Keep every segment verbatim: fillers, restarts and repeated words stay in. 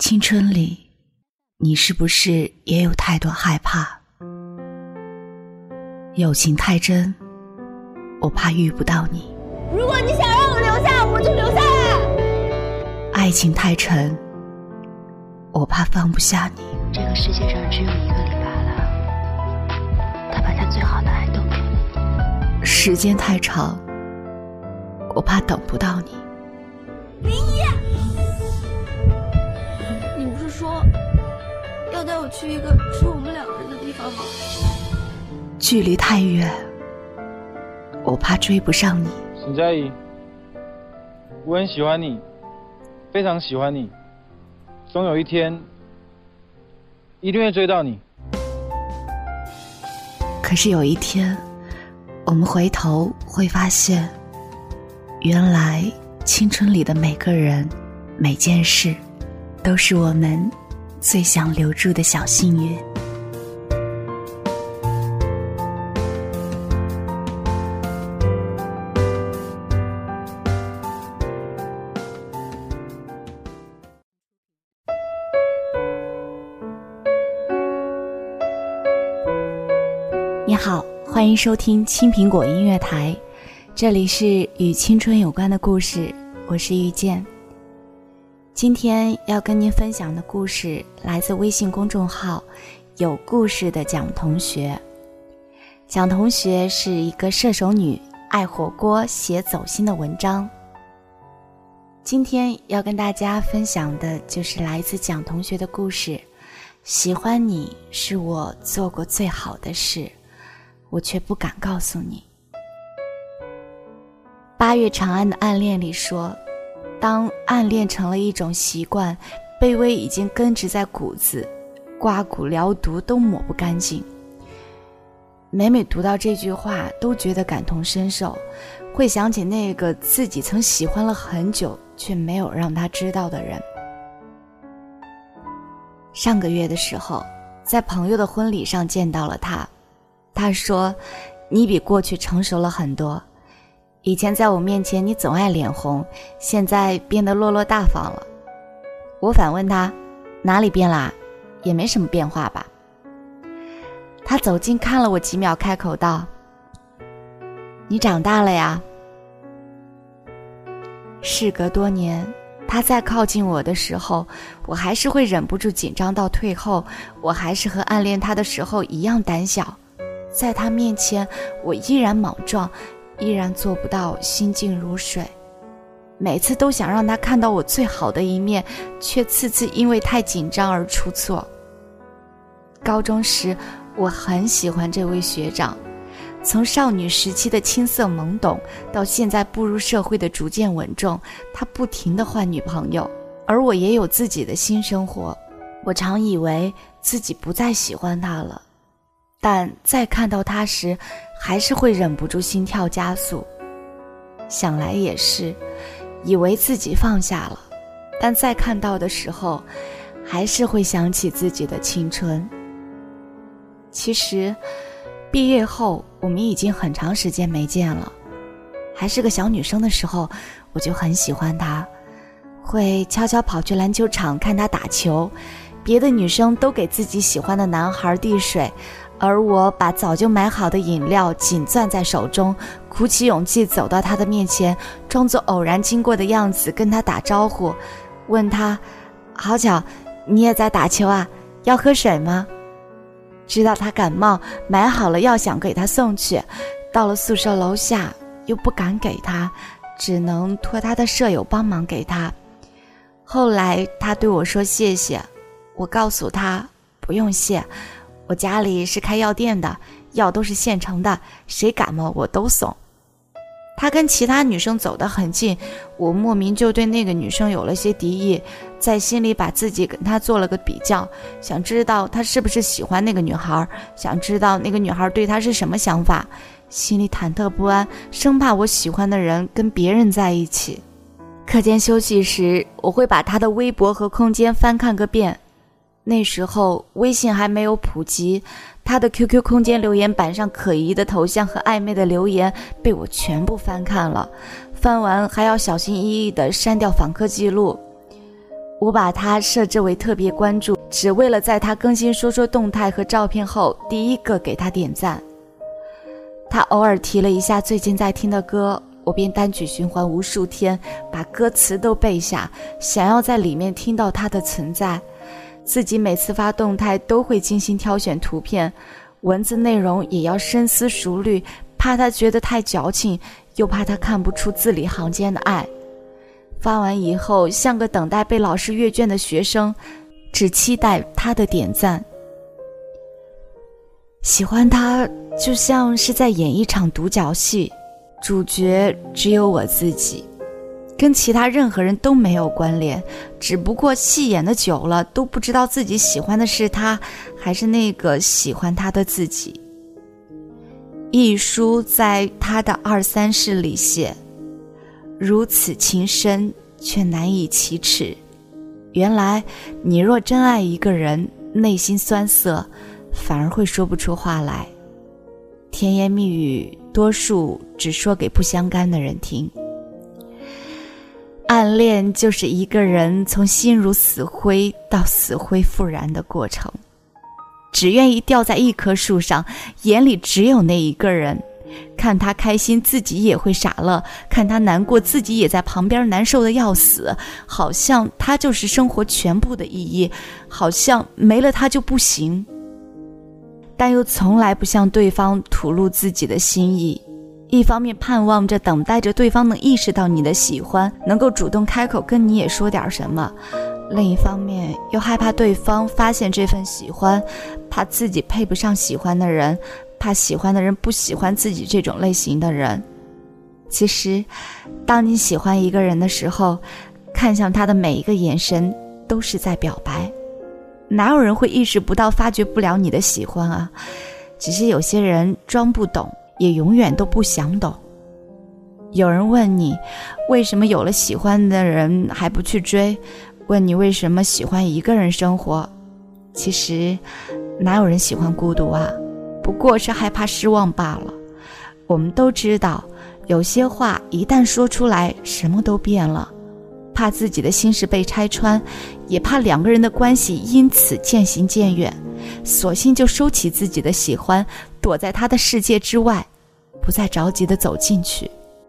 青春里，你是不是也有太多害怕？友情太真，我怕遇不到你。 如果你想让我留下，我就留下来。 爱情太沉，我怕放不下你。 这个世界上只有一个李巴拉，他把他最好的爱都给你。 时间太长，我怕等不到你。 林一，你不是说要带我去一个只有我们两个人的地方吗？ 距离太远，我怕追不上你。 沈佳宜，我很喜欢你，非常喜欢你，总有一天一定会追到你。 可是有一天，我们回头会发现，原来青春里的每个人每件事都是我们最想留住的小幸运。你好，欢迎收听青苹果音乐台，这里是与青春有关的故事，我是遇见。今天要跟您分享的故事来自微信公众号有故事的蒋同学。蒋同学是一个射手女，爱火锅，写走心的文章。今天要跟大家分享的就是来自蒋同学的故事，喜欢你是我做过最好的事，我却不敢告诉你。八月长安的暗恋里说，当暗恋成了一种习惯，卑微已经根植在骨子，刮骨疗毒都抹不干净。每每读到这句话都觉得感同身受，会想起那个自己曾喜欢了很久却没有让他知道的人。上个月的时候，在朋友的婚礼上见到了他，他说，你比过去成熟了很多，以前在我面前你总爱脸红，现在变得落落大方了。我反问他，哪里变啦？也没什么变化吧。他走近看了我几秒，开口道，你长大了呀。事隔多年，他再靠近我的时候，我还是会忍不住紧张到退后，我还是和暗恋他的时候一样胆小，在他面前我依然莽撞，依然做不到心静如水。每次都想让他看到我最好的一面，却次次因为太紧张而出错。高中时我很喜欢这位学长，从少女时期的青涩懵懂到现在步入社会的逐渐稳重，他不停地换女朋友，而我也有自己的新生活。我常以为自己不再喜欢他了，但再看到他时还是会忍不住心跳加速。想来也是，以为自己放下了，但再看到的时候还是会想起自己的青春。其实毕业后我们已经很长时间没见了，还是个小女生的时候我就很喜欢他，会悄悄跑去篮球场看他打球，别的女生都给自己喜欢的男孩递水，而我把早就买好的饮料紧攥在手中，鼓起勇气走到他的面前，装作偶然经过的样子跟他打招呼，问他，好巧，你也在打球啊，要喝水吗？知道他感冒，买好了药想给他送去，到了宿舍楼下又不敢给他，只能托他的舍友帮忙给他。后来他对我说谢谢，我告诉他不用谢，我家里是开药店的，药都是现成的，谁感冒我都送。他跟其他女生走得很近，我莫名就对那个女生有了些敌意，在心里把自己跟她做了个比较，想知道她是不是喜欢那个女孩，想知道那个女孩对她是什么想法，心里忐忑不安，生怕我喜欢的人跟别人在一起。课间休息时，我会把她的微博和空间翻看个遍。那时候微信还没有普及，他的 Q Q 空间留言板上可疑的头像和暧昧的留言被我全部翻看了，翻完还要小心翼翼地删掉访客记录。 我把他设置为特别关注，只为了在他更新说说动态和照片后第一个给他点赞。他偶尔提了一下最近在听的歌，我便单曲循环无数天，把歌词都背下，想要在里面听到他的存在。自己每次发动态都会精心挑选图片，文字内容也要深思熟虑，怕他觉得太矫情，又怕他看不出字里行间的爱。发完以后像个等待被老师阅卷的学生，只期待他的点赞。喜欢他就像是在演一场独角戏，主角只有我自己，跟其他任何人都没有关联，只不过戏演的久了，都不知道自己喜欢的是他，还是那个喜欢他的自己。一书在他的二三世里写，如此情深，却难以启齿。原来你若真爱一个人，内心酸涩，反而会说不出话来。甜言蜜语，多数只说给不相干的人听。暗恋就是一个人从心如死灰到死灰复燃的过程，只愿意吊在一棵树上，眼里只有那一个人，看他开心自己也会傻了，看他难过自己也在旁边难受的要死，好像他就是生活全部的意义，好像没了他就不行，但又从来不向对方吐露自己的心意。一方面盼望着等待着对方能意识到你的喜欢，能够主动开口跟你也说点什么，另一方面又害怕对方发现这份喜欢，怕自己配不上喜欢的人，怕喜欢的人不喜欢自己这种类型的人。其实当你喜欢一个人的时候，看向他的每一个眼神都是在表白。哪有人会意识不到发觉不了你的喜欢啊？只是有些人装不懂，也永远都不想懂。有人问你为什么有了喜欢的人还不去追，问你为什么喜欢一个人生活。其实哪有人喜欢孤独啊？不过是害怕失望罢了。我们都知道，有些话一旦说出来，什么都变了。怕自己的心事被拆穿，也怕两个人的关系因此渐行渐远，索性就收起自己的喜欢，躲在他的世界之外，不再着急地走进去。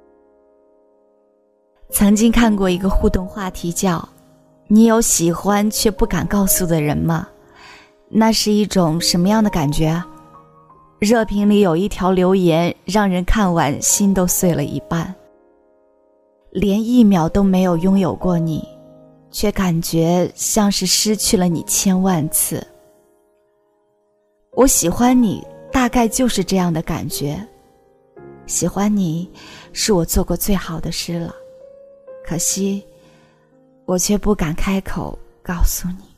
曾经看过一个互动话题叫你有喜欢却不敢告诉的人吗？那是一种什么样的感觉啊？热评里有一条留言让人看完心都碎了一半。连一秒都没有拥有过你，却感觉像是失去了你千万次。我喜欢你，大概就是这样的感觉。喜欢你是我做过最好的事了，可惜我却不敢开口告诉你。